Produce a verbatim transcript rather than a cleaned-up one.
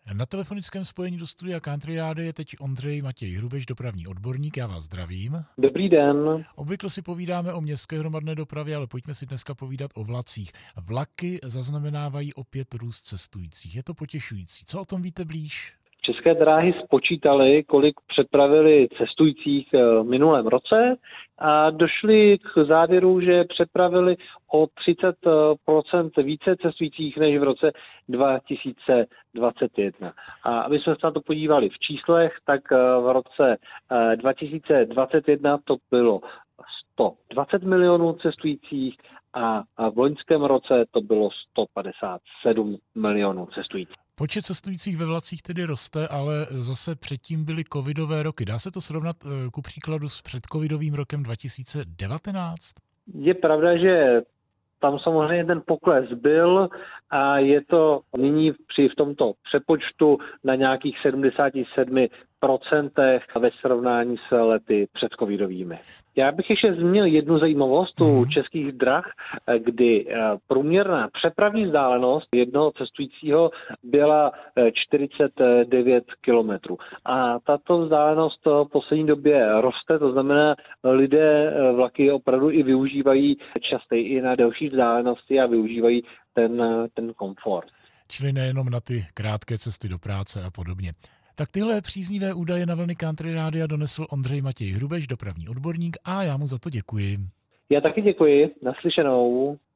Na telefonickém spojení do studia Country Rádia je teď Ondřej Matěj Hrubeš, dopravní odborník. Já vás zdravím. Dobrý den. Obvykle si povídáme o městské hromadné dopravě, ale pojďme si dneska povídat o vlacích. Vlaky zaznamenávají opět růst cestujících. Je to potěšující. Co o tom víte blíž? České dráhy spočítaly, kolik přepravili cestujících v minulém roce a došli k závěru, že přepravili o třicet procent více cestujících než v roce dva tisíce dvacet jedna. A aby jsme se na to podívali v číslech, tak v roce dva tisíce dvacet jedna to bylo sto dvacet milionů cestujících a v loňském roce to bylo sto padesát sedm milionů cestujících. Počet cestujících ve vlacích tedy roste, ale zase předtím byly covidové roky. Dá se to srovnat ku příkladu s předcovidovým rokem dva tisíce devatenáct? Je pravda, že tam samozřejmě ten pokles byl a je to nyní při v tomto přepočtu na nějakých sedmdesát sedm procent ve srovnání s lety předcovidovými. Já bych ještě zmínil jednu zajímavost u českých drah, kdy průměrná přepravní vzdálenost jednoho cestujícího byla čtyřicet devět kilometrů. A tato vzdálenost v poslední době roste, to znamená, lidé vlaky opravdu i využívají častěji i na delší vzdálenosti a využívají ten, ten komfort. Čili nejenom na ty krátké cesty do práce a podobně. Tak tyhle příznivé údaje na vlny Country Rádia donesl Ondřej Matěj Hrubeš, dopravní odborník, a já mu za to děkuji. Já taky děkuji. Naslyšenou.